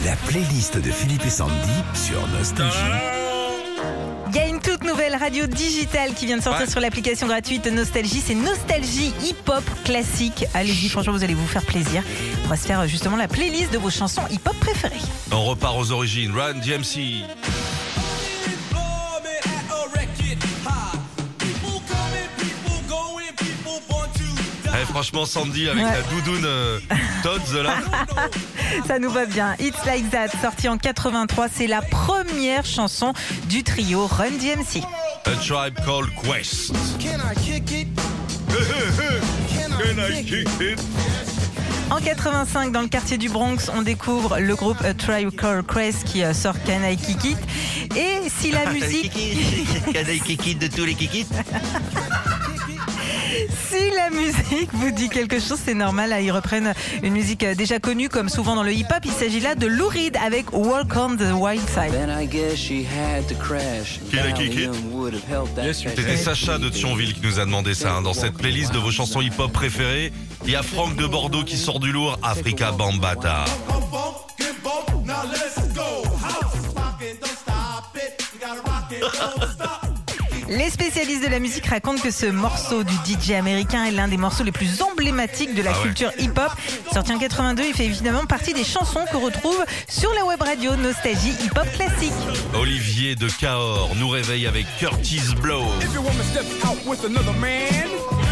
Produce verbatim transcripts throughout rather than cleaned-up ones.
La playlist de Philippe et Sandy sur Nostalgie. Il y a une toute nouvelle radio digitale qui vient de sortir Ouais. sur l'application gratuite Nostalgie. C'est Nostalgie hip-hop classique. Allez-y, franchement, vous allez vous faire plaisir. On va se faire justement la playlist de vos chansons hip-hop préférées. On repart aux origines. Run D M C. Eh, franchement, Sandy, avec Ouais. la doudoune euh, Todds là. Ça nous va bien. It's Like That, sorti en quatre-vingt-trois, c'est la première chanson du trio Run D M C. A Tribe Called Quest. Can I kick it? Can I kick it? En quatre-vingt-cinq, dans le quartier du Bronx, on découvre le groupe A Tribe Called Quest qui euh, sort Can I Kick It. Et si la musique... Can I kick it de tous les kikits? Si la musique vous dit quelque chose, c'est normal. Là, ils reprennent une musique déjà connue, comme souvent dans le hip-hop. Il s'agit là de Lou Reed avec Walk on the Wild Side. Then I guess she had to crash. Qui l'a kické? Valium would have helped that C'était Sacha de Thionville qui nous a demandé ça. hein. Dans cette playlist de vos chansons hip-hop préférées, il y a Franck de Bordeaux qui sort du lourd, Africa Bambata. Les spécialistes de la musique racontent que ce morceau du D J américain est l'un des morceaux les plus emblématiques de la Ah ouais. culture hip-hop. Sorti en quatre-vingt-deux, il fait évidemment partie des chansons qu'on retrouve sur la web radio Nostalgie hip-hop classique. Olivier de Cahors nous réveille avec Curtis Blow. If your woman steps out with another man,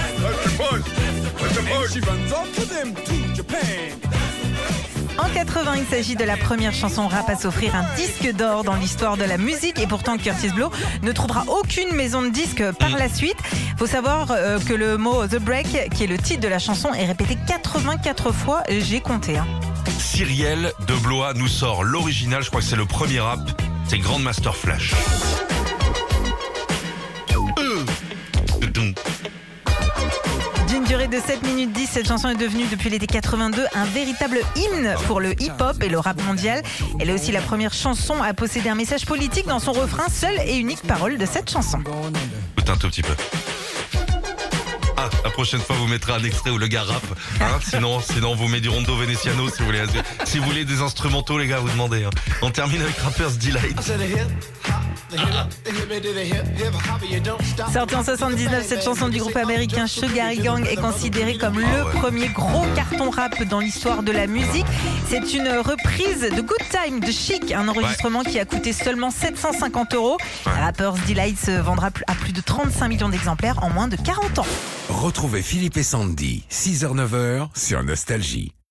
and she runs off to them to Japan. En quatre-vingts, il s'agit de la première chanson rap à s'offrir un disque d'or dans l'histoire de la musique. Et pourtant, Curtis Blow ne trouvera aucune maison de disques par la suite. Faut savoir euh, que le mot The Break, qui est le titre de la chanson, est répété quatre-vingt-quatre fois. J'ai compté. Hein. Cyrielle de Blois nous sort l'original, je crois que c'est le premier rap, c'est Grandmaster Flash. Euh. D'une durée de sept minutes dix, cette chanson est devenue depuis l'été quatre-vingt-deux un véritable hymne pour le hip-hop et le rap mondial. Elle est aussi la première chanson à posséder un message politique dans son refrain, seule et unique parole de cette chanson. Écoute un tout petit peu. Ah, la prochaine fois vous mettrez un extrait où le gars rappe, hein, sinon, sinon on vous met du rondo veneziano si vous voulez, si vous voulez des instrumentaux les gars vous demandez. Hein. On termine avec Rapper's Delight. Sortie en soixante-dix-neuf, cette chanson du groupe américain Sugar Gang est considérée comme le Ah ouais. premier gros carton rap dans l'histoire de la musique. C'est une reprise de Good Time de Chic, un enregistrement qui a coûté seulement sept cent cinquante euros. Rapper's Delight se vendra à plus de trente-cinq millions d'exemplaires en moins de quarante ans. Retrouvez Philippe et Sandy, six heures neuf heures sur Nostalgie.